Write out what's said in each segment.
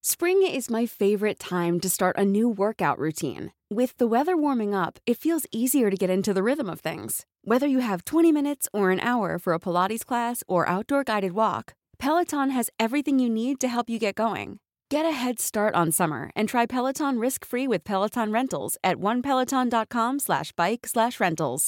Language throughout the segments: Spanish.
Spring is my favorite time to start a new workout routine. With the weather warming up, it feels easier to get into the rhythm of things. Whether you have 20 minutes or an hour for a Pilates class or outdoor guided walk, Peloton has everything you need to help you get going. Get a head start on summer and try Peloton risk-free with Peloton Rentals at onepeloton.com/bike/rentals.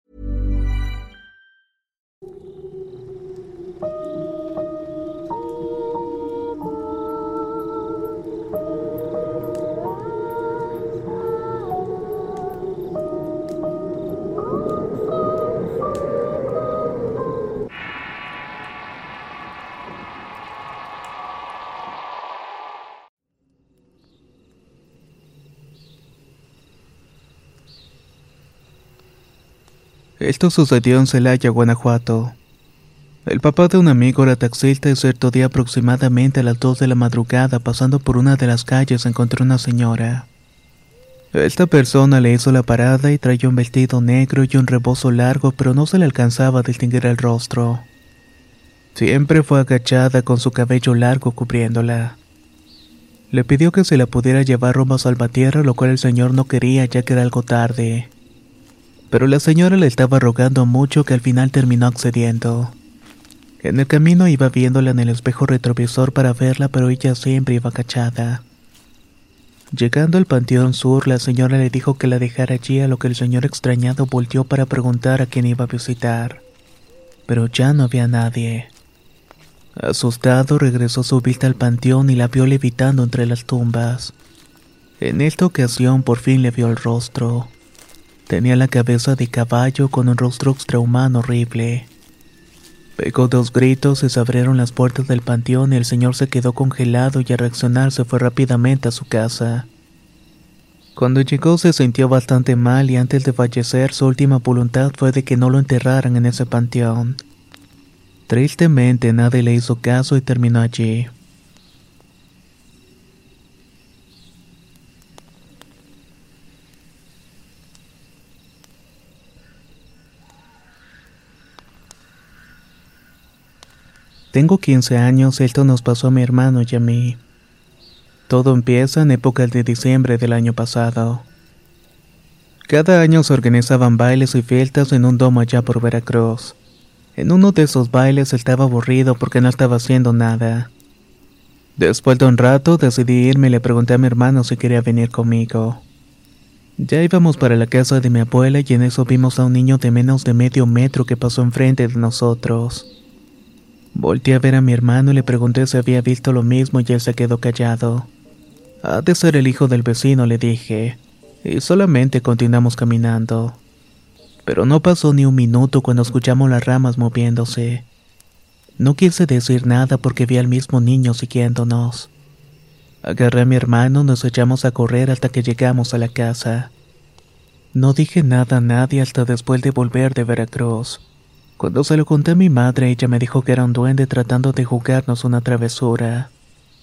Esto sucedió en Celaya, Guanajuato. El papá de un amigo era taxista y cierto día aproximadamente a las 2 de la madrugada, pasando por una de las calles, encontró una señora. Esta persona le hizo la parada y traía un vestido negro y un rebozo largo, pero no se le alcanzaba a distinguir el rostro. Siempre fue agachada con su cabello largo cubriéndola. Le pidió que se la pudiera llevar rumbo a Salvatierra, lo cual el señor no quería ya que era algo tarde. Pero la señora le estaba rogando mucho que al final terminó accediendo. En el camino iba viéndola en el espejo retrovisor para verla, pero ella siempre iba agachada. Llegando al Panteón Sur, la señora le dijo que la dejara allí, a lo que el señor extrañado volteó para preguntar a quién iba a visitar. Pero ya no había nadie. Asustado, regresó su vista al panteón y la vio levitando entre las tumbas. En esta ocasión por fin le vio el rostro. Tenía la cabeza de caballo con un rostro extrahumano horrible. Pegó 2 gritos y se abrieron las puertas del panteón y el señor se quedó congelado y al reaccionar se fue rápidamente a su casa. Cuando llegó se sintió bastante mal y antes de fallecer su última voluntad fue de que no lo enterraran en ese panteón. Tristemente nadie le hizo caso y terminó allí. Tengo 15 años y esto nos pasó a mi hermano y a mí. Todo empieza en épocas de diciembre del año pasado. Cada año se organizaban bailes y fiestas en un domo allá por Veracruz. En uno de esos bailes estaba aburrido porque no estaba haciendo nada. Después de un rato decidí irme y le pregunté a mi hermano si quería venir conmigo. Ya íbamos para la casa de mi abuela y en eso vimos a un niño de menos de medio metro que pasó enfrente de nosotros. Volteé a ver a mi hermano y le pregunté si había visto lo mismo y él se quedó callado. Ha de ser el hijo del vecino, le dije, y solamente continuamos caminando. Pero no pasó ni un minuto cuando escuchamos las ramas moviéndose. No quise decir nada porque vi al mismo niño siguiéndonos. Agarré a mi hermano y nos echamos a correr hasta que llegamos a la casa. No dije nada a nadie hasta después de volver de Veracruz. Cuando se lo conté a mi madre, ella me dijo que era un duende tratando de jugarnos una travesura.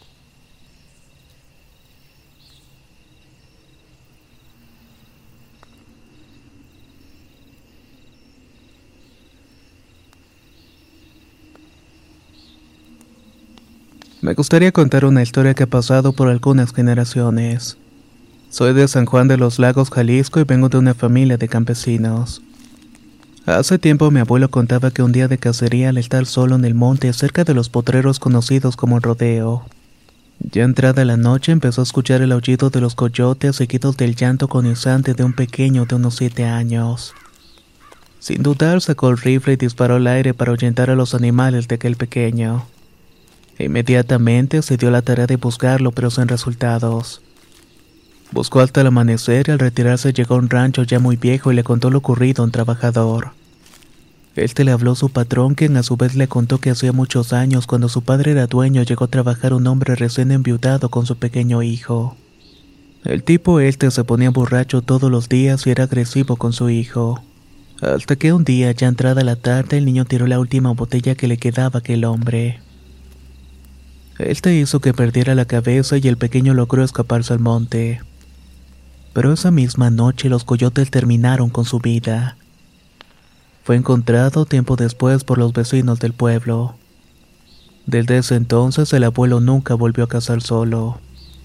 Me gustaría contar una historia que ha pasado por algunas generaciones. Soy de San Juan de los Lagos, Jalisco, y vengo de una familia de campesinos. Hace tiempo mi abuelo contaba que un día de cacería, al estar solo en el monte cerca de los potreros conocidos como el rodeo, ya entrada la noche empezó a escuchar el aullido de los coyotes seguidos del llanto agonizante de un pequeño de unos 7 años. Sin dudar sacó el rifle y disparó al aire para ahuyentar a los animales de aquel pequeño. Inmediatamente se dio la tarea de buscarlo, pero sin resultados. Buscó hasta el amanecer y al retirarse llegó a un rancho ya muy viejo y le contó lo ocurrido a un trabajador. Este le habló a su patrón, quien a su vez le contó que hacía muchos años, cuando su padre era dueño, llegó a trabajar un hombre recién enviudado con su pequeño hijo. El tipo se ponía borracho todos los días y era agresivo con su hijo. Hasta que un día, ya entrada la tarde, el niño tiró la última botella que le quedaba a aquel hombre. Hizo que perdiera la cabeza y el pequeño logró escaparse al monte. Pero esa misma noche los coyotes terminaron con su vida. Fue encontrado tiempo después por los vecinos del pueblo. Desde ese entonces el abuelo nunca volvió a cazar solo.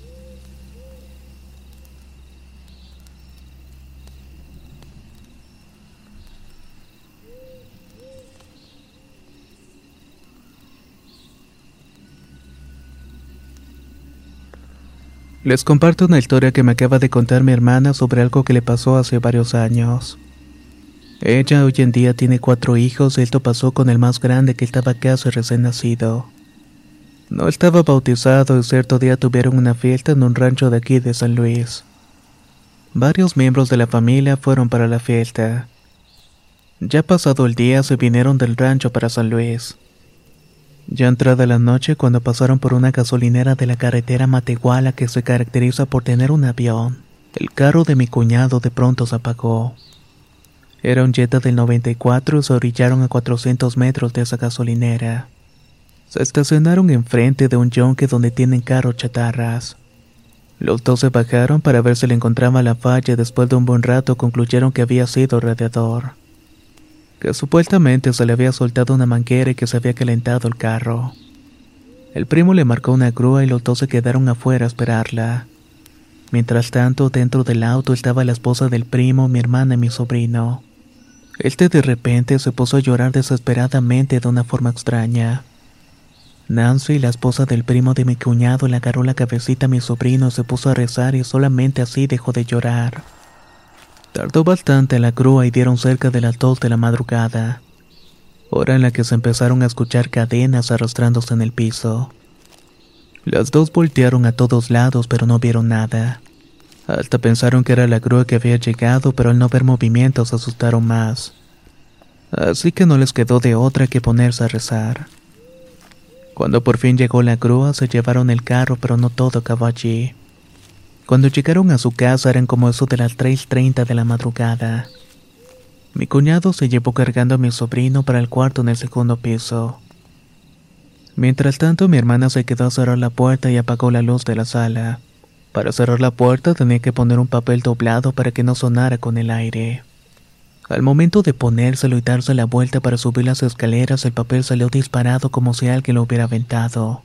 Les comparto una historia que me acaba de contar mi hermana sobre algo que le pasó hace varios años. Ella hoy en día tiene 4 hijos y esto pasó con el más grande, que estaba casi recién nacido. No estaba bautizado y cierto día tuvieron una fiesta en un rancho de aquí de San Luis. Varios miembros de la familia fueron para la fiesta. Ya pasado el día se vinieron del rancho para San Luis. Ya entrada la noche, cuando pasaron por una gasolinera de la carretera Matehuala, que se caracteriza por tener un avión, el carro de mi cuñado de pronto se apagó. Era un Jetta del 94 y se orillaron a 400 metros de esa gasolinera. Se estacionaron enfrente de un yonque donde tienen carros chatarras. Los dos se bajaron para ver si le encontraba la falla y después de un buen rato concluyeron que había sido el radiador, que supuestamente se le había soltado una manguera y que se había calentado el carro. El primo le marcó una grúa y los dos se quedaron afuera a esperarla. Mientras tanto, dentro del auto estaba la esposa del primo, mi hermana y mi sobrino. De repente se puso a llorar desesperadamente de una forma extraña. Nancy, la esposa del primo de mi cuñado, le agarró la cabecita a mi sobrino y se puso a rezar y solamente así dejó de llorar. Tardó bastante la grúa y dieron cerca de las 2 de la madrugada, hora en la que se empezaron a escuchar cadenas arrastrándose en el piso. Las dos voltearon a todos lados pero no vieron nada. Hasta pensaron que era la grúa que había llegado, pero al no ver movimientos se asustaron más. Así que no les quedó de otra que ponerse a rezar. Cuando por fin llegó la grúa, se llevaron el carro, pero no todo acabó allí. Cuando llegaron a su casa eran como eso de las 3:30 de la madrugada. Mi cuñado se llevó cargando a mi sobrino para el cuarto en el segundo piso. Mientras tanto, mi hermana se quedó a cerrar la puerta y apagó la luz de la sala. Para cerrar la puerta tenía que poner un papel doblado para que no sonara con el aire. Al momento de ponérselo y darse la vuelta para subir las escaleras, el papel salió disparado como si alguien lo hubiera aventado.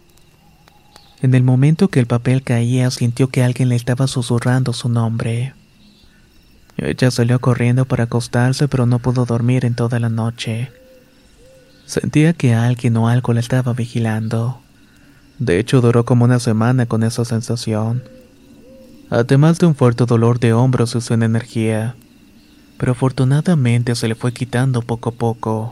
En el momento que el papel caía, sintió que alguien le estaba susurrando su nombre. Ella salió corriendo para acostarse, pero no pudo dormir en toda la noche. Sentía que alguien o algo la estaba vigilando. De hecho, duró como una semana con esa sensación. Además de un fuerte dolor de hombros y sin energía. Pero afortunadamente se le fue quitando poco a poco.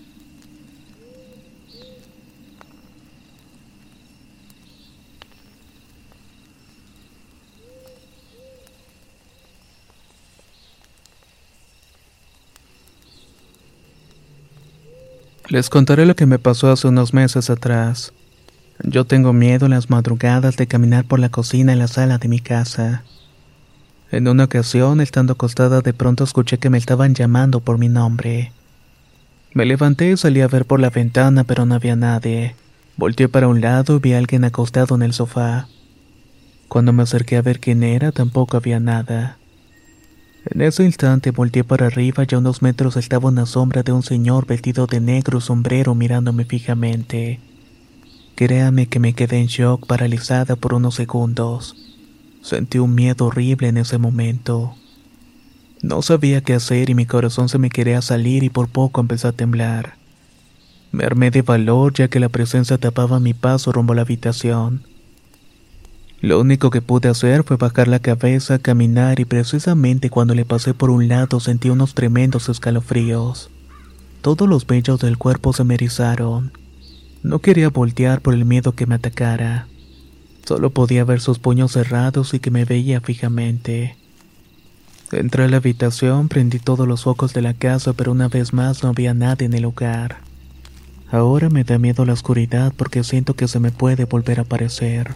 Les contaré lo que me pasó hace unos meses atrás. Yo tengo miedo en las madrugadas de caminar por la cocina en la sala de mi casa. En una ocasión, estando acostada, de pronto escuché que me estaban llamando por mi nombre. Me levanté y salí a ver por la ventana, pero no había nadie. Volteé para un lado y vi a alguien acostado en el sofá. Cuando me acerqué a ver quién era, tampoco había nada. En ese instante volteé para arriba y a unos metros estaba una sombra de un señor vestido de negro sombrero mirándome fijamente. Créame que me quedé en shock, paralizada por unos segundos. Sentí un miedo horrible en ese momento. No sabía qué hacer y mi corazón se me quería salir y por poco empezó a temblar. Me armé de valor ya que la presencia tapaba mi paso rumbo a la habitación. Lo único que pude hacer fue bajar la cabeza, caminar y precisamente cuando le pasé por un lado sentí unos tremendos escalofríos. Todos los vellos del cuerpo se me erizaron. No quería voltear por el miedo que me atacara. Solo podía ver sus puños cerrados y que me veía fijamente. Entré a la habitación, prendí todos los focos de la casa, pero una vez más no había nadie en el lugar. Ahora me da miedo la oscuridad porque siento que se me puede volver a aparecer.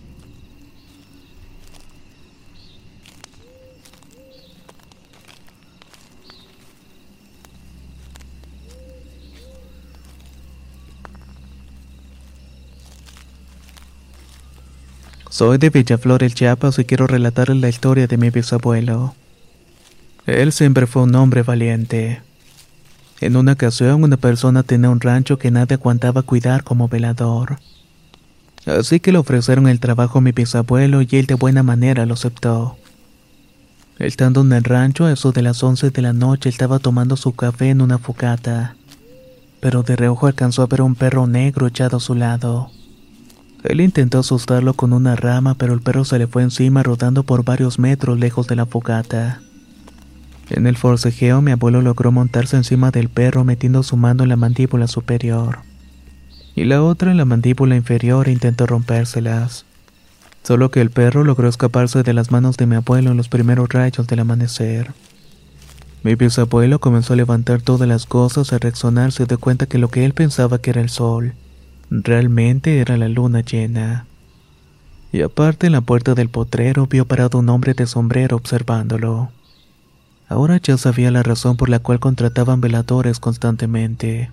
Soy de Villaflores, Chiapas y quiero relatarles la historia de mi bisabuelo. Él siempre fue un hombre valiente. En una ocasión, una persona tenía un rancho que nadie aguantaba cuidar como velador. Así que le ofrecieron el trabajo a mi bisabuelo y él de buena manera lo aceptó. Estando en el rancho, a eso de las 11 de la noche, estaba tomando su café en una fogata, pero de reojo alcanzó a ver un perro negro echado a su lado. Él intentó asustarlo con una rama, pero el perro se le fue encima rodando por varios metros lejos de la fogata. En el forcejeo, mi abuelo logró montarse encima del perro metiendo su mano en la mandíbula superior y la otra en la mandíbula inferior e intentó rompérselas. Solo que el perro logró escaparse de las manos de mi abuelo en los primeros rayos del amanecer. Mi bisabuelo comenzó a levantar todas las cosas, a reaccionar, se dio cuenta que lo que él pensaba que era el sol, realmente era la luna llena. Y aparte, en la puerta del potrero vio parado un hombre de sombrero observándolo. Ahora ya sabía la razón por la cual contrataban veladores constantemente.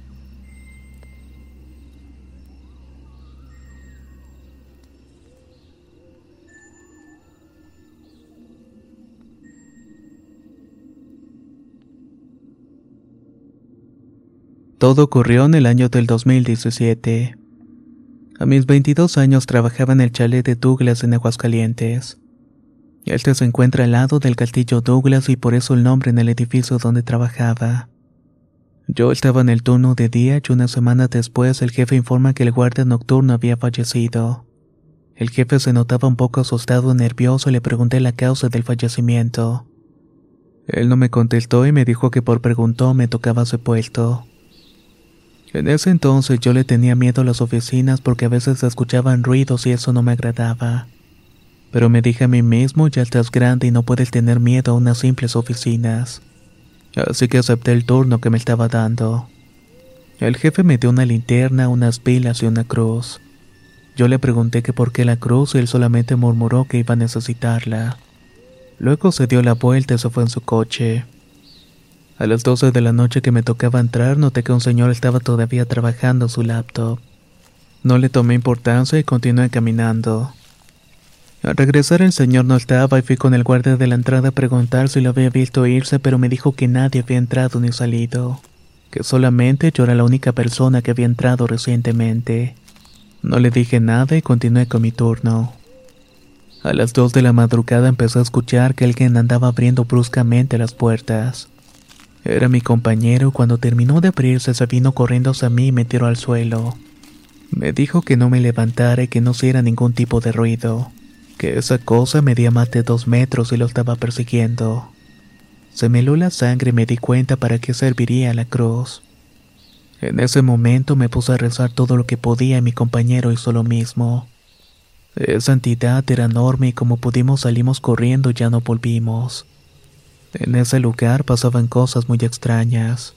Todo ocurrió en el año del 2017. A mis 22 años trabajaba en el chalet de Douglas en Aguascalientes. Este se encuentra al lado del castillo Douglas y por eso el nombre en el edificio donde trabajaba. Yo estaba en el turno de día y una semana después el jefe informa que el guardia nocturno había fallecido. El jefe se notaba un poco asustado y nervioso y le pregunté la causa del fallecimiento. Él no me contestó y me dijo que por preguntó me tocaba ese puesto. En ese entonces yo le tenía miedo a las oficinas porque a veces se escuchaban ruidos y eso no me agradaba. Pero me dije a mí mismo, ya estás grande y no puedes tener miedo a unas simples oficinas. Así que acepté el turno que me estaba dando. El jefe me dio una linterna, unas pilas y una cruz. Yo le pregunté que por qué la cruz y él solamente murmuró que iba a necesitarla. Luego se dio la vuelta y se fue en su coche. A las 12 de la noche que me tocaba entrar, noté que un señor estaba todavía trabajando en su laptop. No le tomé importancia y continué caminando. Al regresar el señor no estaba y fui con el guardia de la entrada a preguntar si lo había visto irse, pero me dijo que nadie había entrado ni salido, que solamente yo era la única persona que había entrado recientemente. No le dije nada y continué con mi turno. A las 2 de la madrugada empecé a escuchar que alguien andaba abriendo bruscamente las puertas. Era mi compañero. Cuando terminó de abrirse se vino corriendo hacia mí y me tiró al suelo. Me dijo que no me levantara y que no hiciera ningún tipo de ruido, que esa cosa medía más de 2 metros y lo estaba persiguiendo. Se me heló la sangre y me di cuenta para qué serviría la cruz. En ese momento me puse a rezar todo lo que podía y mi compañero hizo lo mismo. Esa entidad era enorme y como pudimos salimos corriendo y ya no volvimos. En ese lugar pasaban cosas muy extrañas.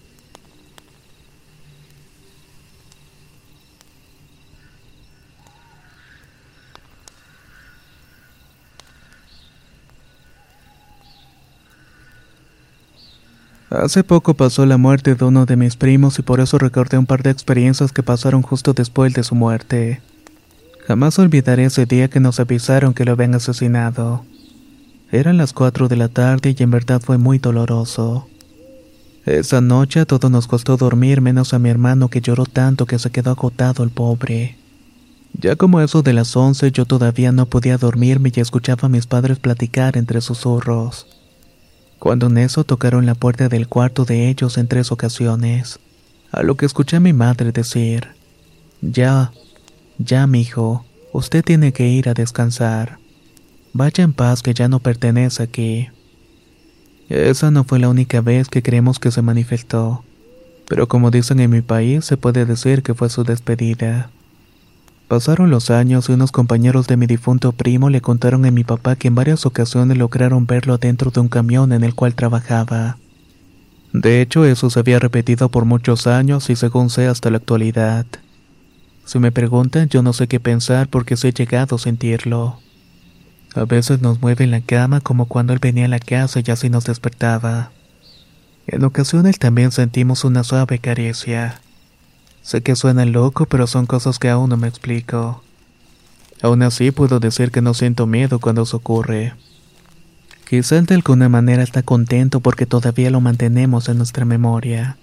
Hace poco pasó la muerte de uno de mis primos y por eso recordé un par de experiencias que pasaron justo después de su muerte. Jamás olvidaré ese día que nos avisaron que lo habían asesinado. Eran las 4 de la tarde y en verdad fue muy doloroso. Esa noche a todos nos costó dormir menos a mi hermano que lloró tanto que se quedó agotado el pobre. Ya como eso de las 11 yo todavía no podía dormirme y escuchaba a mis padres platicar entre susurros. Cuando en eso tocaron la puerta del cuarto de ellos en 3 ocasiones, a lo que escuché a mi madre decir: Ya, mijo, usted tiene que ir a descansar. Vaya en paz que ya no pertenece aquí. Esa no fue la única vez que creemos que se manifestó, pero como dicen en mi país, se puede decir que fue su despedida. Pasaron los años y unos compañeros de mi difunto primo le contaron a mi papá que en varias ocasiones lograron verlo dentro de un camión en el cual trabajaba. De hecho, eso se había repetido por muchos años y según sé hasta la actualidad. Si me preguntan, yo no sé qué pensar porque sí he llegado a sentirlo. A veces nos mueve en la cama como cuando él venía a la casa y así nos despertaba. En ocasiones también sentimos una suave caricia. Sé que suena loco, pero son cosas que aún no me explico. Aún así puedo decir que no siento miedo cuando eso ocurre. Quizás de alguna manera está contento porque todavía lo mantenemos en nuestra memoria.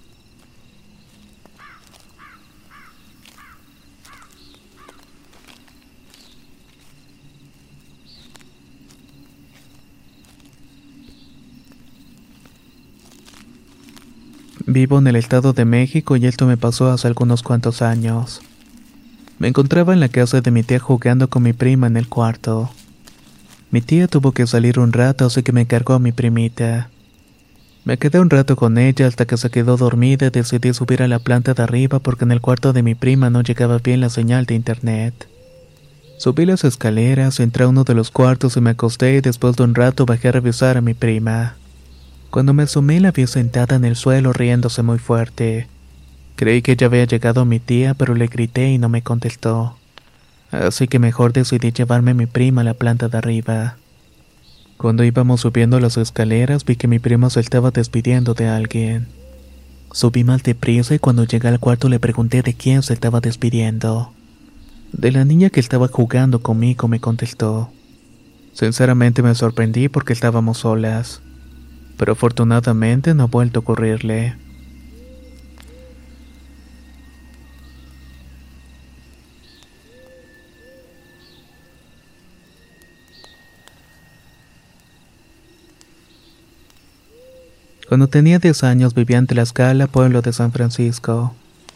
Vivo en el Estado de México y esto me pasó hace algunos cuantos años. Me encontraba en la casa de mi tía jugando con mi prima en el cuarto. Mi tía tuvo que salir un rato, así que me encargó a mi primita. Me quedé un rato con ella hasta que se quedó dormida y decidí subir a la planta de arriba porque en el cuarto de mi prima no llegaba bien la señal de internet. Subí las escaleras, entré a uno de los cuartos y me acosté y después de un rato bajé a revisar a mi prima. Cuando me asomé la vi sentada en el suelo riéndose muy fuerte. Creí que ya había llegado mi tía, pero le grité y no me contestó. Así que mejor decidí llevarme a mi prima a la planta de arriba. Cuando íbamos subiendo las escaleras vi que mi prima se estaba despidiendo de alguien. Subí más deprisa y cuando llegué al cuarto le pregunté de quién se estaba despidiendo. De la niña que estaba jugando conmigo, me contestó. Sinceramente me sorprendí porque estábamos solas, pero afortunadamente no ha vuelto a ocurrirle. Cuando tenía 10 años vivía en Tlaxcala, pueblo de San Francisco.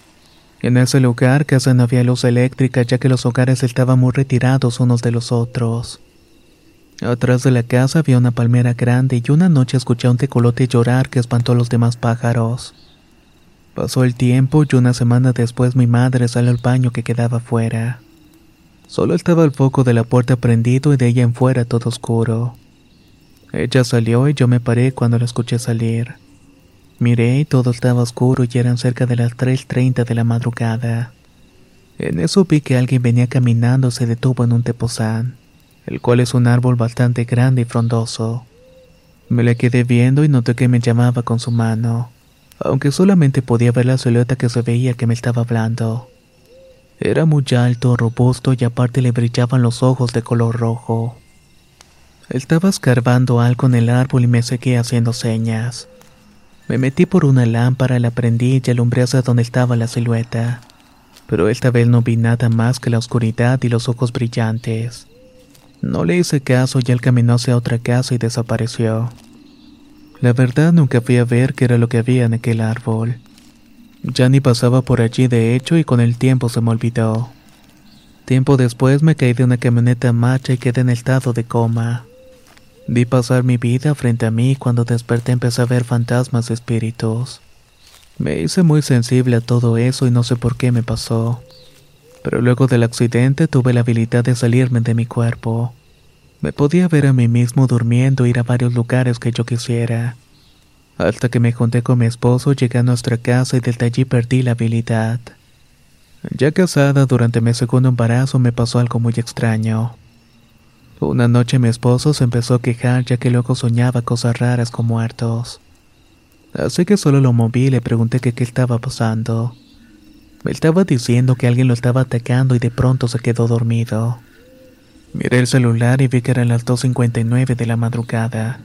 En ese lugar casi no había luz eléctrica ya que los hogares estaban muy retirados unos de los otros. Atrás de la casa había una palmera grande y una noche escuché a un tecolote llorar que espantó a los demás pájaros. Pasó el tiempo y una semana después mi madre salió al baño que quedaba afuera. Solo estaba el foco de la puerta prendido y de ella en fuera todo oscuro. Ella salió y yo me paré cuando la escuché salir. Miré y todo estaba oscuro y eran cerca de las 3:30 de la madrugada. En eso vi que alguien venía caminando y se detuvo en un tepozán, el cual es un árbol bastante grande y frondoso. Me le quedé viendo y noté que me llamaba con su mano, aunque solamente podía ver la silueta que se veía que me estaba hablando. Era muy alto, robusto y aparte le brillaban los ojos de color rojo. Estaba escarbando algo en el árbol y me seguía haciendo señas. Me metí por una lámpara, la prendí y alumbré hacia donde estaba la silueta. Pero esta vez no vi nada más que la oscuridad y los ojos brillantes. No le hice caso y él caminó hacia otra casa y desapareció. La verdad nunca fui a ver qué era lo que había en aquel árbol. Ya ni pasaba por allí de hecho y con el tiempo se me olvidó. Tiempo después me caí de una camioneta macha y quedé en estado de coma. Vi pasar mi vida frente a mí y cuando desperté empecé a ver fantasmas y espíritus. Me hice muy sensible a todo eso y no sé por qué me pasó. Pero luego del accidente tuve la habilidad de salirme de mi cuerpo. Me podía ver a mí mismo durmiendo e ir a varios lugares que yo quisiera. Hasta que me junté con mi esposo, llegué a nuestra casa y desde allí perdí la habilidad. Ya casada, durante mi segundo embarazo me pasó algo muy extraño. Una noche mi esposo se empezó a quejar ya que luego soñaba cosas raras con muertos. Así que solo lo moví y le pregunté que qué estaba pasando. Me estaba diciendo que alguien lo estaba atacando y de pronto se quedó dormido. Miré el celular y vi que eran las 2:59 de la madrugada.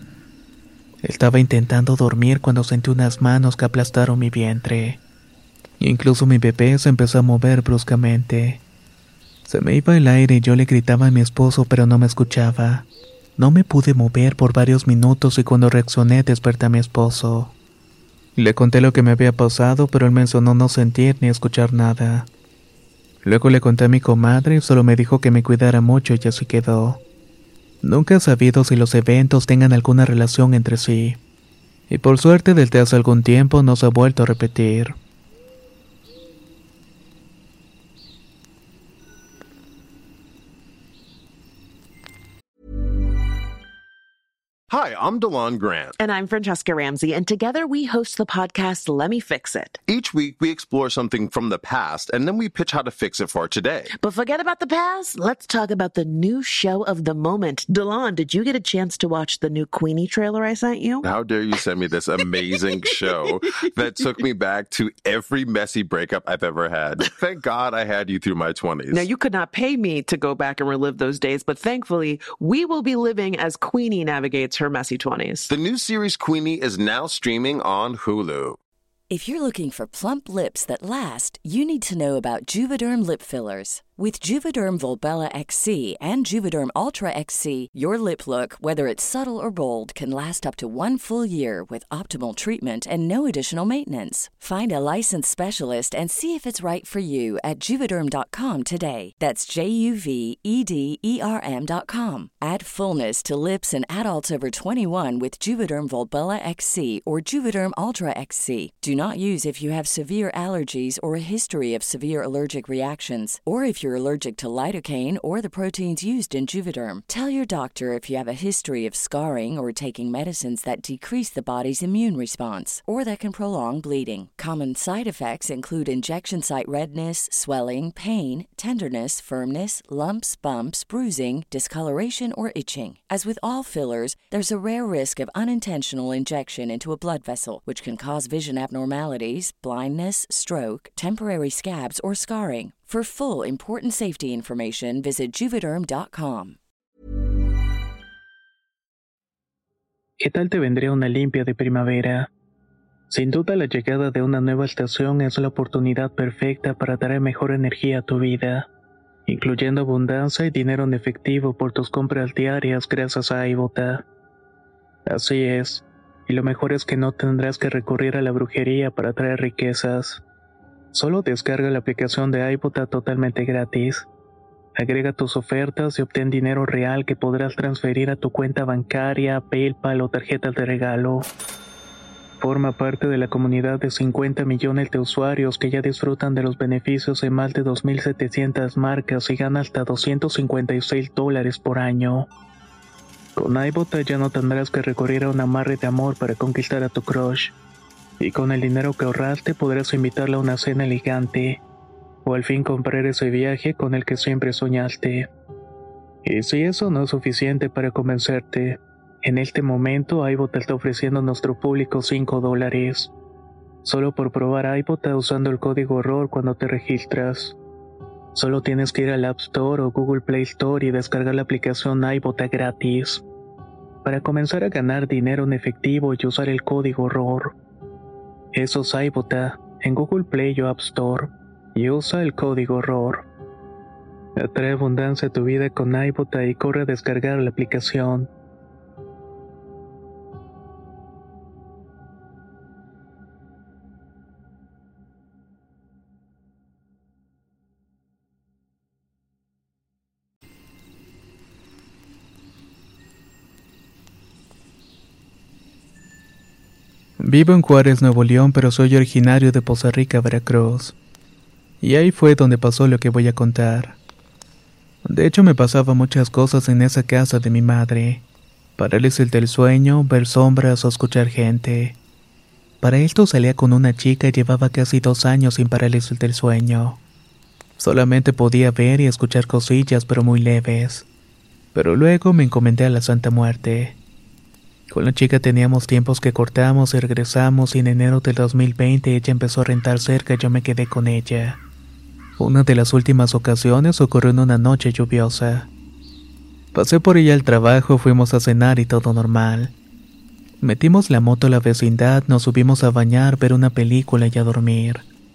Estaba intentando dormir cuando sentí unas manos que aplastaron mi vientre. Incluso mi bebé se empezó a mover bruscamente. Se me iba el aire y yo le gritaba a mi esposo pero no me escuchaba. No me pude mover por varios minutos y cuando reaccioné desperté a mi esposo. Le conté lo que me había pasado pero él mencionó no sentir ni escuchar nada. Luego le conté a mi comadre y solo me dijo que me cuidara mucho y así quedó. Nunca he sabido si los eventos tengan alguna relación entre sí. Y por suerte desde hace algún tiempo no se ha vuelto a repetir. Hi, I'm DeLon Grant. And I'm Francesca Ramsey, and together we host the podcast Let Me Fix It. Each week, we explore something from the past, and then we pitch how to fix it for today. But forget about the past. Let's talk about the new show of the moment. DeLon, did you get a chance to watch the new Queenie trailer I sent you? How dare you send me this amazing show that took me back to every messy breakup I've ever had. Thank God I had you through my 20s. Now, you could not pay me to go back and relive those days, but thankfully, we will be living as Queenie navigates her messy 20s. The new series Queenie is now streaming on Hulu. If you're looking for plump lips that last, you need to know about Juvederm lip fillers. With Juvederm Volbella XC and Juvederm Ultra XC, your lip look, whether it's subtle or bold, can last up to 1 full year with optimal treatment and no additional maintenance. Find a licensed specialist and see if it's right for you at Juvederm.com today. That's JUVEDERM.com. Add fullness to lips in adults over 21 with Juvederm Volbella XC or Juvederm Ultra XC. Do not use if you have severe allergies or a history of severe allergic reactions, or if you're allergic to lidocaine or the proteins used in Juvederm. Tell your doctor if you have a history of scarring or taking medicines that decrease the body's immune response or that can prolong bleeding. Common side effects include injection site redness, swelling, pain, tenderness, firmness, lumps, bumps, bruising, discoloration, or itching. As with all fillers, there's a rare risk of unintentional injection into a blood vessel, which can cause vision abnormalities, blindness, stroke, temporary scabs, or scarring. For full, important safety information, visit Juvederm.com. ¿Qué tal te vendría una limpia de primavera? Sin duda la llegada de una nueva estación es la oportunidad perfecta para traer mejor energía a tu vida, incluyendo abundancia y dinero en efectivo por tus compras diarias gracias a iBota. Así es, y lo mejor es que no tendrás que recurrir a la brujería para traer riquezas. Solo descarga la aplicación de iBota totalmente gratis. Agrega tus ofertas y obtén dinero real que podrás transferir a tu cuenta bancaria, PayPal o tarjetas de regalo. Forma parte de la comunidad de 50 millones de usuarios que ya disfrutan de los beneficios de más de 2.700 marcas y gana hasta $256 por año. Con iBota ya no tendrás que recurrir a un amarre de amor para conquistar a tu crush. Y con el dinero que ahorraste podrás invitarla a una cena elegante, o al fin comprar ese viaje con el que siempre soñaste. Y si eso no es suficiente para convencerte, en este momento iBota está ofreciendo a nuestro público $5, solo por probar iBota usando el código ROR cuando te registras. Solo tienes que ir al App Store o Google Play Store y descargar la aplicación iBota gratis, para comenzar a ganar dinero en efectivo y usar el código ROR. Eso es iBota en Google Play o App Store y usa el código ROR. Atrae abundancia a tu vida con iBota y corre a descargar la aplicación. Vivo en Juárez, Nuevo León, pero soy originario de Poza Rica, Veracruz. Y ahí fue donde pasó lo que voy a contar. De hecho, me pasaban muchas cosas en esa casa de mi madre. Parálisis del sueño, ver sombras o escuchar gente. Para esto salía con una chica y llevaba casi 2 años sin parálisis del sueño. Solamente podía ver y escuchar cosillas, pero muy leves. Pero luego me encomendé a la Santa Muerte. Con la chica teníamos tiempos que cortamos y regresamos y en enero del 2020 ella empezó a rentar cerca y yo me quedé con ella. Una de las últimas ocasiones ocurrió en una noche lluviosa. Pasé por ella al trabajo, fuimos a cenar y todo normal. Metimos la moto a la vecindad, nos subimos a bañar, ver una película y a dormir.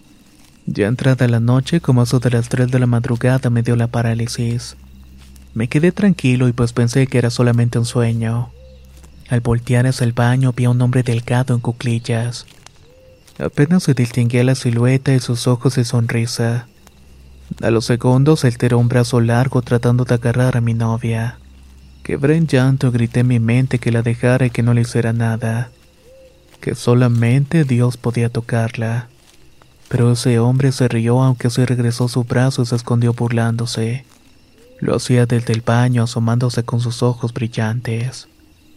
Ya entrada la noche, como eso de las 3 de la madrugada, me dio la parálisis. Me quedé tranquilo y pues pensé que era solamente un sueño. Al voltear hacia el baño vi a un hombre delgado en cuclillas. Apenas se distinguía la silueta y sus ojos de sonrisa. A los segundos él tiró un brazo largo tratando de agarrar a mi novia. Quebré en llanto y grité en mi mente que la dejara y que no le hiciera nada. Que solamente Dios podía tocarla. Pero ese hombre se rió aunque se regresó su brazo y se escondió burlándose. Lo hacía desde el baño asomándose con sus ojos brillantes.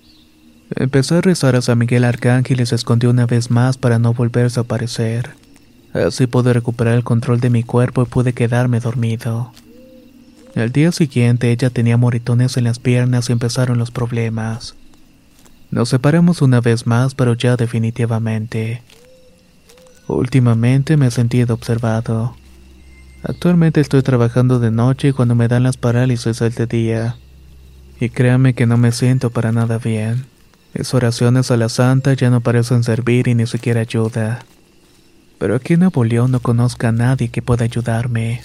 Empecé a rezar a San Miguel Arcángel y se escondió una vez más para no volverse a aparecer. Así pude recuperar el control de mi cuerpo y pude quedarme dormido. Al día siguiente ella tenía moretones en las piernas y empezaron los problemas. Nos separamos una vez más, pero ya definitivamente. Últimamente me he sentido observado. Actualmente estoy trabajando de noche y cuando me dan las parálisis es de día. Y créanme que no me siento para nada bien. Mis oraciones a la santa ya no parecen servir y ni siquiera ayuda. Pero aquí en Nuevo León no conozco a nadie que pueda ayudarme.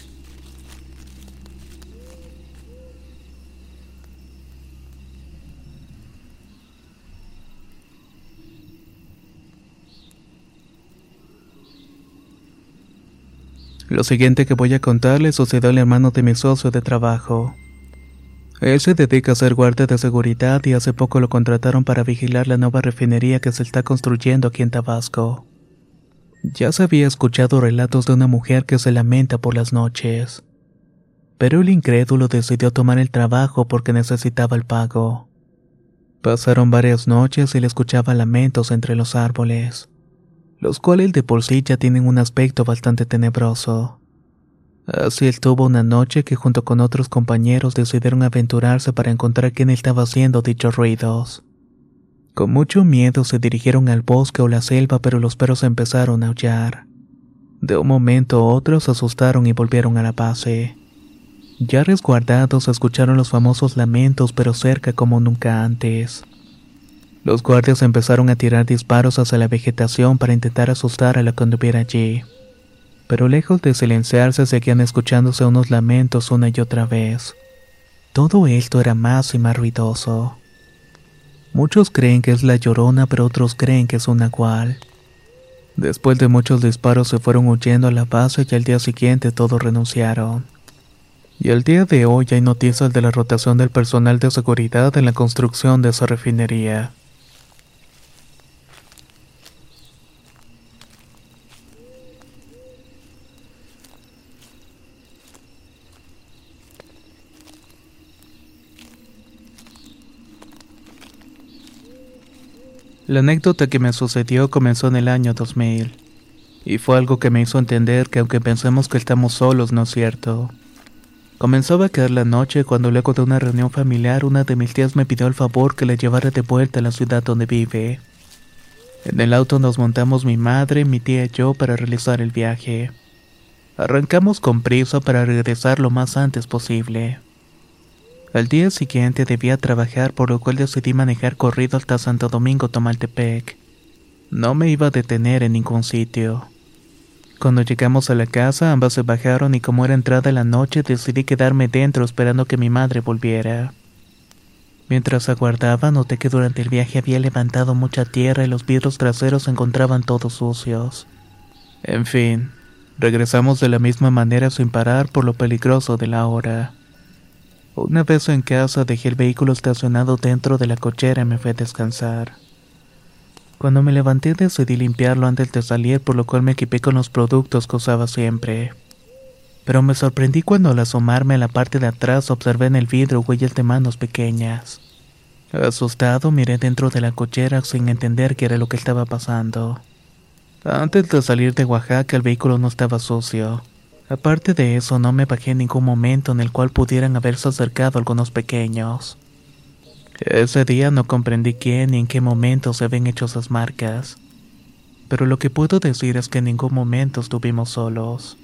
Lo siguiente que voy a contarle sucedió al hermano de mi socio de trabajo. Él se dedica a ser guardia de seguridad y hace poco lo contrataron para vigilar la nueva refinería que se está construyendo aquí en Tabasco. Ya se había escuchado relatos de una mujer que se lamenta por las noches. Pero el incrédulo decidió tomar el trabajo porque necesitaba el pago. Pasaron varias noches y le escuchaba lamentos entre los árboles, los cuales de por sí ya tienen un aspecto bastante tenebroso. Así él tuvo una noche que junto con otros compañeros decidieron aventurarse para encontrar quién estaba haciendo dichos ruidos. Con mucho miedo se dirigieron al bosque o la selva, pero los perros empezaron a aullar. De un momento a otro se asustaron y volvieron a la base. Ya resguardados escucharon los famosos lamentos, pero cerca como nunca antes. Los guardias empezaron a tirar disparos hacia la vegetación para intentar asustar a la que anduviera allí. Pero lejos de silenciarse seguían escuchándose unos lamentos una y otra vez. Todo esto era más y más ruidoso. Muchos creen que es la Llorona, pero otros creen que es un nahual. Después de muchos disparos se fueron huyendo a la base y al día siguiente todos renunciaron. Y al día de hoy hay noticias de la rotación del personal de seguridad en la construcción de esa refinería. La anécdota que me sucedió comenzó en el año 2000, y fue algo que me hizo entender que aunque pensemos que estamos solos, no es cierto. Comenzaba a caer la noche cuando luego de una reunión familiar una de mis tías me pidió el favor que la llevara de vuelta a la ciudad donde vive. En el auto nos montamos mi madre, mi tía y yo para realizar el viaje. Arrancamos con prisa para regresar lo más antes posible. Al día siguiente debía trabajar, por lo cual decidí manejar corrido hasta Santo Domingo, Tomaltepec. No me iba a detener en ningún sitio. Cuando llegamos a la casa, ambas se bajaron y como era entrada la noche, decidí quedarme dentro esperando que mi madre volviera. Mientras aguardaba, noté que durante el viaje había levantado mucha tierra y los vidrios traseros se encontraban todos sucios. En fin, regresamos de la misma manera sin parar por lo peligroso de la hora. Una vez en casa dejé el vehículo estacionado dentro de la cochera y me fui a descansar. Cuando me levanté decidí limpiarlo antes de salir, por lo cual me equipé con los productos que usaba siempre. Pero me sorprendí cuando al asomarme a la parte de atrás observé en el vidrio huellas de manos pequeñas. Asustado miré dentro de la cochera sin entender qué era lo que estaba pasando. Antes de salir de Oaxaca el vehículo no estaba sucio. Aparte de eso, no me bajé en ningún momento en el cual pudieran haberse acercado algunos pequeños. Ese día no comprendí quién ni en qué momento se habían hecho esas marcas. Pero lo que puedo decir es que en ningún momento estuvimos solos.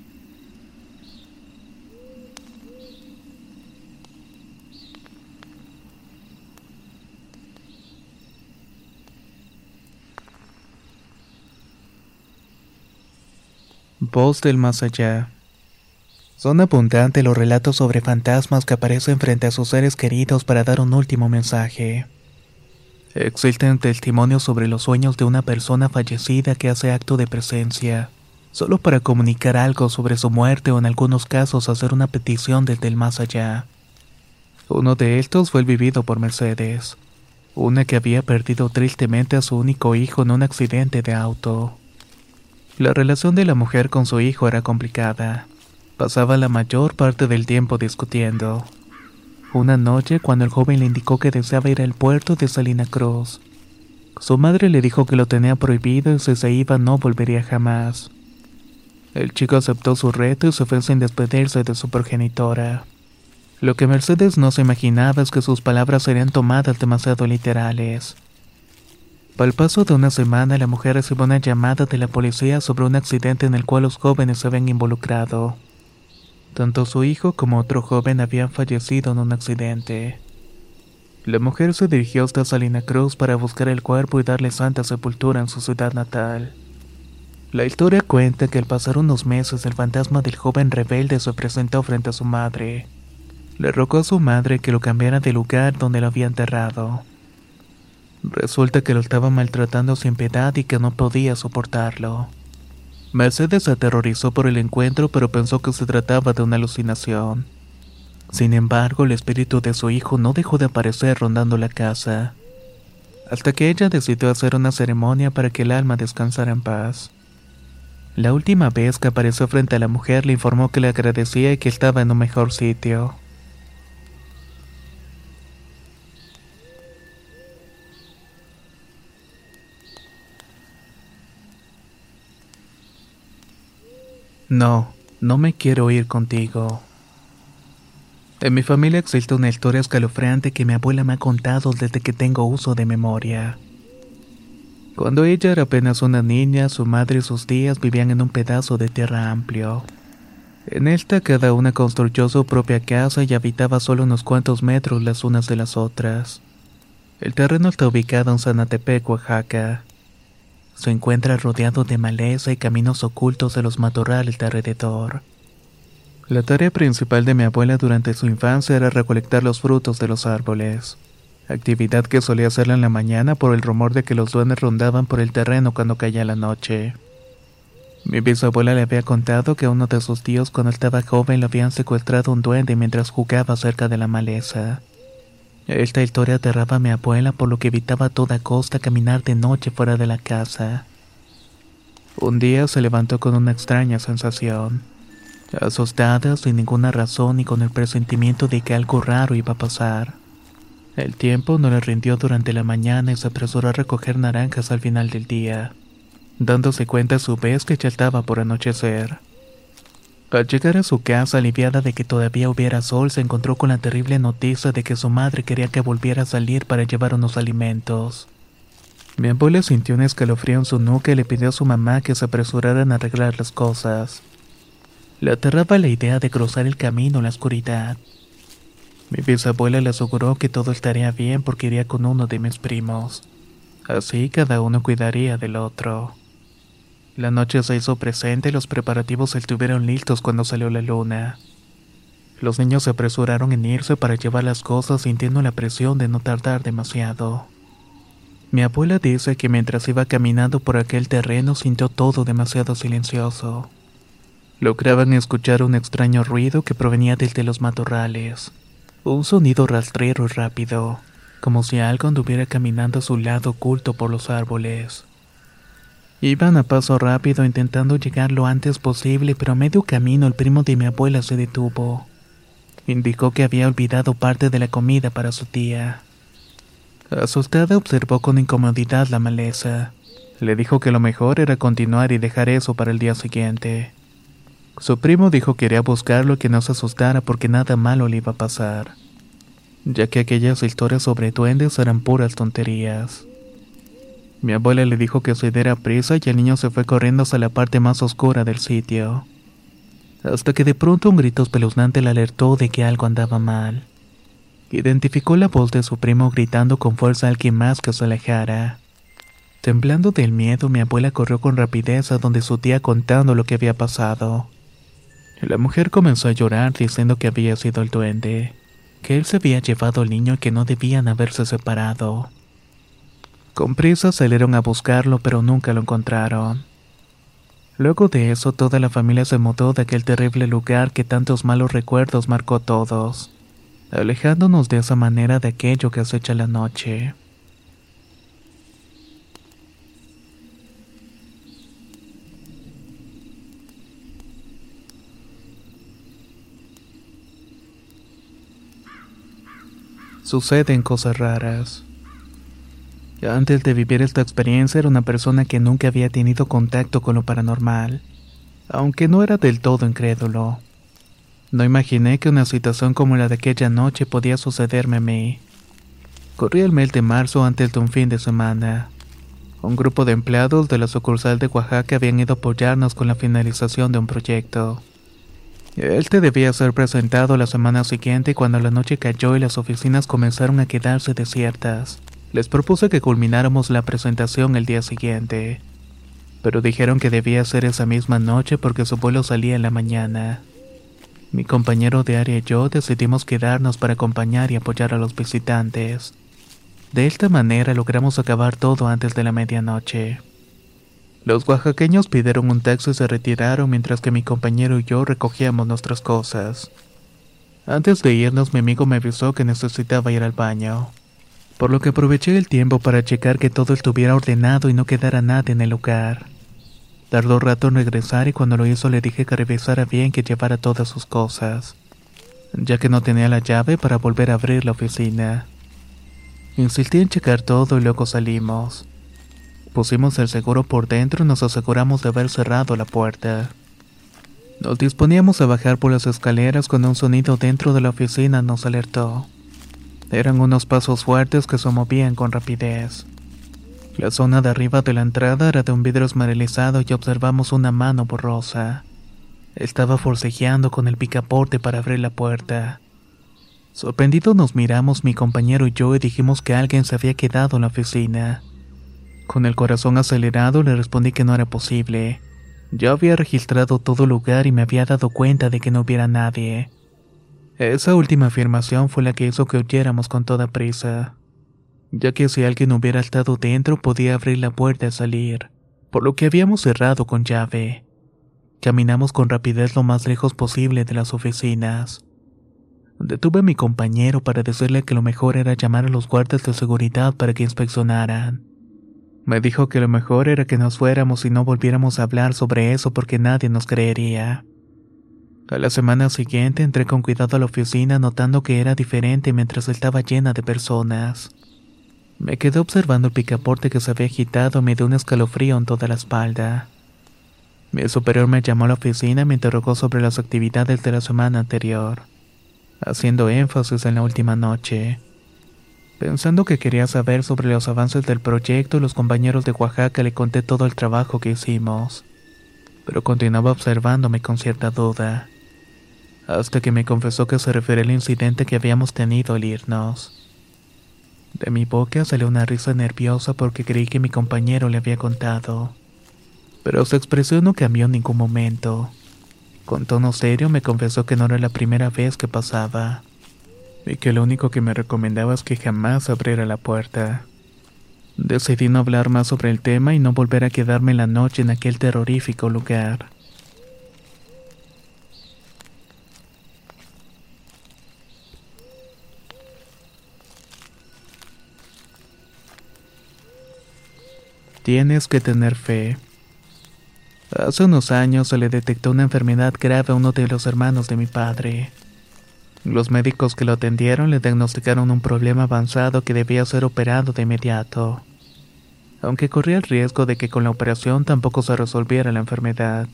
Voz del más allá. Son abundantes los relatos sobre fantasmas que aparecen frente a sus seres queridos para dar un último mensaje. Existen testimonios sobre los sueños de una persona fallecida que hace acto de presencia, solo para comunicar algo sobre su muerte o en algunos casos hacer una petición desde el más allá. Uno de estos fue el vivido por Mercedes, una que había perdido tristemente a su único hijo en un accidente de auto. La relación de la mujer con su hijo era complicada. Pasaba la mayor parte del tiempo discutiendo. Una noche, cuando el joven le indicó que deseaba ir al puerto de Salina Cruz, su madre le dijo que lo tenía prohibido y si se iba no volvería jamás. El chico aceptó su reto y se fue sin despedirse de su progenitora. Lo que Mercedes no se imaginaba es que sus palabras serían tomadas demasiado literales. Al paso de una semana, la mujer recibió una llamada de la policía sobre un accidente en el cual los jóvenes se habían involucrado. Tanto su hijo como otro joven habían fallecido en un accidente. La mujer se dirigió hasta Salina Cruz para buscar el cuerpo y darle santa sepultura en su ciudad natal. La historia cuenta que al pasar unos meses el fantasma del joven rebelde se presentó frente a su madre. Le rogó a su madre que lo cambiara del lugar donde lo había enterrado. Resulta que lo estaba maltratando sin piedad y que no podía soportarlo. Mercedes se aterrorizó por el encuentro, pero pensó que se trataba de una alucinación. Sin embargo, el espíritu de su hijo no dejó de aparecer rondando la casa, hasta que ella decidió hacer una ceremonia para que el alma descansara en paz. La última vez que apareció frente a la mujer le informó que le agradecía y que estaba en un mejor sitio. No, no me quiero ir contigo. En mi familia existe una historia escalofriante que mi abuela me ha contado desde que tengo uso de memoria. Cuando ella era apenas una niña, su madre y sus tías vivían en un pedazo de tierra amplio. En esta cada una construyó su propia casa y habitaba solo unos cuantos metros las unas de las otras. El terreno está ubicado en Zanatepec, Oaxaca. Se encuentra rodeado de maleza y caminos ocultos de los matorrales de alrededor. La tarea principal de mi abuela durante su infancia era recolectar los frutos de los árboles, actividad que solía hacerla en la mañana por el rumor de que los duendes rondaban por el terreno cuando caía la noche. Mi bisabuela le había contado que a uno de sus tíos cuando estaba joven le habían secuestrado un duende mientras jugaba cerca de la maleza. Esta historia aterraba a mi abuela, por lo que evitaba a toda costa caminar de noche fuera de la casa. Un día se levantó con una extraña sensación. Asustada, sin ninguna razón y con el presentimiento de que algo raro iba a pasar. El tiempo no le rindió durante la mañana y se apresuró a recoger naranjas al final del día, dándose cuenta a su vez que ya estaba por anochecer. Al llegar a su casa, aliviada de que todavía hubiera sol, se encontró con la terrible noticia de que su madre quería que volviera a salir para llevar unos alimentos. Mi abuela sintió un escalofrío en su nuca y le pidió a su mamá que se apresuraran a arreglar las cosas. Le aterraba la idea de cruzar el camino en la oscuridad. Mi bisabuela le aseguró que todo estaría bien porque iría con uno de mis primos. Así cada uno cuidaría del otro. La noche se hizo presente y los preparativos estuvieron listos cuando salió la luna. Los niños se apresuraron en irse para llevar las cosas sintiendo la presión de no tardar demasiado. Mi abuela dice que mientras iba caminando por aquel terreno sintió todo demasiado silencioso. Lograban escuchar un extraño ruido que provenía desde los matorrales. Un sonido rastrero y rápido, como si algo anduviera caminando a su lado oculto por los árboles. Iban a paso rápido intentando llegar lo antes posible, pero a medio camino el primo de mi abuela se detuvo. Indicó que había olvidado parte de la comida para su tía. Asustada observó con incomodidad la maleza. Le dijo que lo mejor era continuar y dejar eso para el día siguiente. Su primo dijo que iría a buscarlo y que no se asustara porque nada malo le iba a pasar, ya que aquellas historias sobre duendes eran puras tonterías. Mi abuela le dijo que se diera prisa y el niño se fue corriendo hacia la parte más oscura del sitio, hasta que de pronto un grito espeluznante le alertó de que algo andaba mal. Identificó la voz de su primo gritando con fuerza a alguien más que se alejara. Temblando del miedo, mi abuela corrió con rapidez a donde su tía contando lo que había pasado. La mujer comenzó a llorar diciendo que había sido el duende, que él se había llevado al niño y que no debían haberse separado. Con prisa salieron a buscarlo, pero nunca lo encontraron. Luego de eso, toda la familia se mudó de aquel terrible lugar que tantos malos recuerdos marcó a todos, alejándonos de esa manera de aquello que acecha la noche. Suceden cosas raras. Antes de vivir esta experiencia era una persona que nunca había tenido contacto con lo paranormal, aunque no era del todo incrédulo. No imaginé que una situación como la de aquella noche podía sucederme a mí. Corría el mes de marzo antes de un fin de semana. Un grupo de empleados de la sucursal de Oaxaca habían ido a apoyarnos con la finalización de un proyecto. Él te debía ser presentado la semana siguiente cuando la noche cayó y las oficinas comenzaron a quedarse desiertas. Les propuse que culmináramos la presentación el día siguiente, pero dijeron que debía ser esa misma noche porque su vuelo salía en la mañana. Mi compañero de área y yo decidimos quedarnos para acompañar y apoyar a los visitantes. De esta manera logramos acabar todo antes de la medianoche. Los oaxaqueños pidieron un taxi y se retiraron mientras que mi compañero y yo recogíamos nuestras cosas. Antes de irnos, mi amigo me avisó que necesitaba ir al baño, por lo que aproveché el tiempo para checar que todo estuviera ordenado y no quedara nada en el lugar. Tardó rato en regresar y cuando lo hizo le dije que revisara bien, que llevara todas sus cosas, ya que no tenía la llave para volver a abrir la oficina. Insistí en checar todo y luego salimos. Pusimos el seguro por dentro y nos aseguramos de haber cerrado la puerta. Nos disponíamos a bajar por las escaleras cuando un sonido dentro de la oficina nos alertó. Eran unos pasos fuertes que se movían con rapidez. La zona de arriba de la entrada era de un vidrio esmerilizado y observamos una mano borrosa. Estaba forcejeando con el picaporte para abrir la puerta. Sorprendidos nos miramos mi compañero y yo y dijimos que alguien se había quedado en la oficina. Con el corazón acelerado le respondí que no era posible. Yo había registrado todo el lugar y me había dado cuenta de que no hubiera nadie. Esa última afirmación fue la que hizo que huyéramos con toda prisa, ya que si alguien hubiera estado dentro podía abrir la puerta y salir, por lo que habíamos cerrado con llave. Caminamos con rapidez lo más lejos posible de las oficinas. Detuve a mi compañero para decirle que lo mejor era llamar a los guardias de seguridad para que inspeccionaran. Me dijo que lo mejor era que nos fuéramos y no volviéramos a hablar sobre eso porque nadie nos creería. A la semana siguiente entré con cuidado a la oficina notando que era diferente mientras estaba llena de personas. Me quedé observando el picaporte que se había agitado y me dio un escalofrío en toda la espalda. Mi superior me llamó a la oficina y me interrogó sobre las actividades de la semana anterior, haciendo énfasis en la última noche. Pensando que quería saber sobre los avances del proyecto, los compañeros de Oaxaca le conté todo el trabajo que hicimos, pero continuaba observándome con cierta duda, hasta que me confesó que se refería al incidente que habíamos tenido al irnos. De mi boca salió una risa nerviosa porque creí que mi compañero le había contado, pero su expresión no cambió en ningún momento. Con tono serio me confesó que no era la primera vez que pasaba, y que lo único que me recomendaba es que jamás abriera la puerta. Decidí no hablar más sobre el tema y no volver a quedarme la noche en aquel terrorífico lugar. Tienes que tener fe. Hace unos años se le detectó una enfermedad grave a uno de los hermanos de mi padre. Los médicos que lo atendieron le diagnosticaron un problema avanzado que debía ser operado de inmediato, aunque corría el riesgo de que con la operación tampoco se resolviera la enfermedad.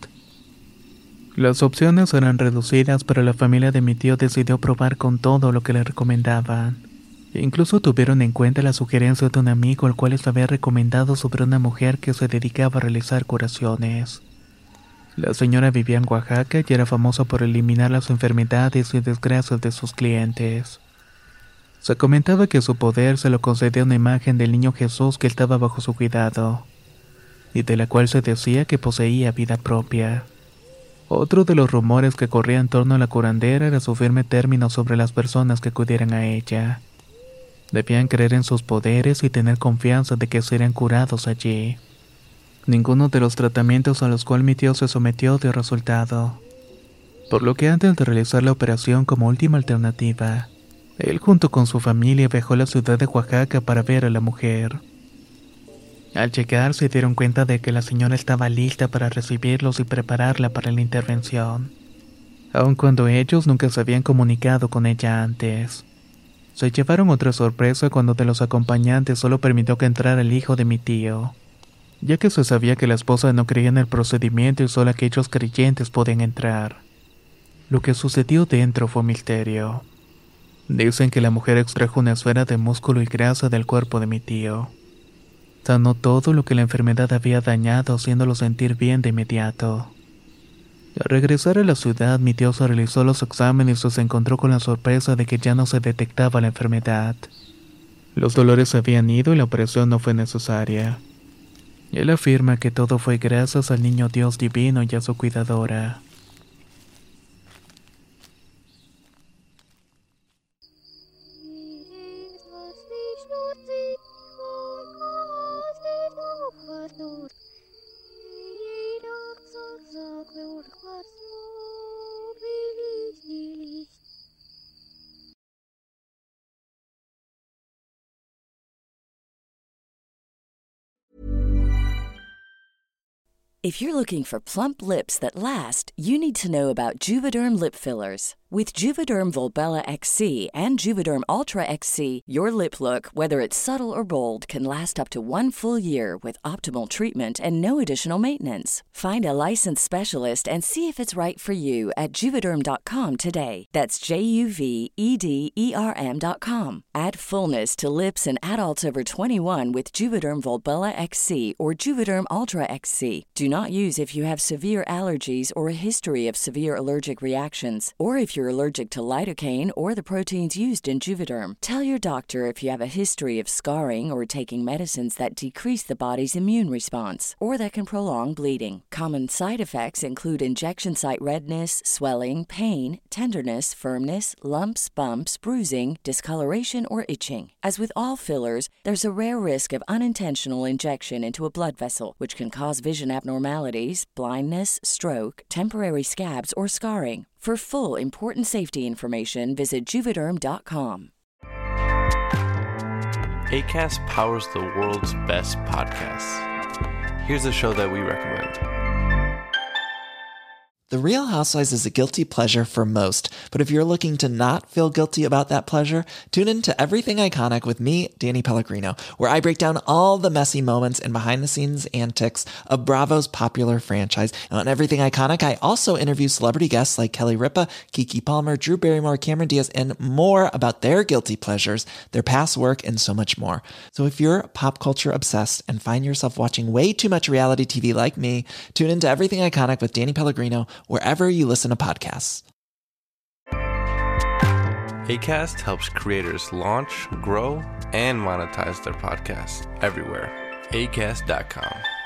Las opciones eran reducidas, pero la familia de mi tío decidió probar con todo lo que le recomendaban. Incluso tuvieron en cuenta la sugerencia de un amigo al cual les había recomendado sobre una mujer que se dedicaba a realizar curaciones. La señora vivía en Oaxaca y era famosa por eliminar las enfermedades y desgracias de sus clientes. Se comentaba que su poder se lo concedía una imagen del niño Jesús que estaba bajo su cuidado, y de la cual se decía que poseía vida propia. Otro de los rumores que corría en torno a la curandera era su firme término sobre las personas que acudieran a ella. Debían creer en sus poderes y tener confianza de que serían curados allí. Ninguno de los tratamientos a los cuales mi tío se sometió dio resultado, por lo que antes de realizar la operación como última alternativa, él junto con su familia viajó a la ciudad de Oaxaca para ver a la mujer. Al llegar se dieron cuenta de que la señora estaba lista para recibirlos y prepararla para la intervención, aun cuando ellos nunca se habían comunicado con ella antes. Se llevaron otra sorpresa cuando de los acompañantes solo permitió que entrara el hijo de mi tío, ya que se sabía que la esposa no creía en el procedimiento y solo aquellos creyentes podían entrar. Lo que sucedió dentro fue un misterio. Dicen que la mujer extrajo una esfera de músculo y grasa del cuerpo de mi tío. Sanó todo lo que la enfermedad había dañado, haciéndolo sentir bien de inmediato. Al regresar a la ciudad, mi tío se realizó los exámenes y se encontró con la sorpresa de que ya no se detectaba la enfermedad. Los dolores se habían ido y la operación no fue necesaria. Él afirma que todo fue gracias al niño Dios divino y a su cuidadora. If you're looking for plump lips that last, you need to know about Juvederm lip fillers. With Juvederm Volbella XC and Juvederm Ultra XC, your lip look, whether it's subtle or bold, can last up to 1 full year with optimal treatment and no additional maintenance. Find a licensed specialist and see if it's right for you at Juvederm.com today. That's JUVEDERM.com. Add fullness to lips in adults over 21 with Juvederm Volbella XC or Juvederm Ultra XC. Do not use if you have severe allergies or a history of severe allergic reactions, or if you're allergic to lidocaine or the proteins used in Juvederm. Tell your doctor if you have a history of scarring or taking medicines that decrease the body's immune response or that can prolong bleeding. Common side effects include injection site redness, swelling, pain, tenderness, firmness, lumps, bumps, bruising, discoloration, or itching. As with all fillers, there's a rare risk of unintentional injection into a blood vessel, which can cause vision abnormalities, blindness, stroke, temporary scabs, or scarring. For full important safety information, visit Juvederm.com. Acast powers the world's best podcasts. Here's a show that we recommend. The Real Housewives is a guilty pleasure for most, but if you're looking to not feel guilty about that pleasure, tune in to Everything Iconic with me, Danny Pellegrino, where I break down all the messy moments and behind-the-scenes antics of Bravo's popular franchise. And on Everything Iconic, I also interview celebrity guests like Kelly Ripa, Keke Palmer, Drew Barrymore, Cameron Diaz, and more about their guilty pleasures, their past work, and so much more. So if you're pop culture obsessed and find yourself watching way too much reality TV like me, tune in to Everything Iconic with Danny Pellegrino, wherever you listen to podcasts. Acast helps creators launch, grow, and monetize their podcasts everywhere. Acast.com.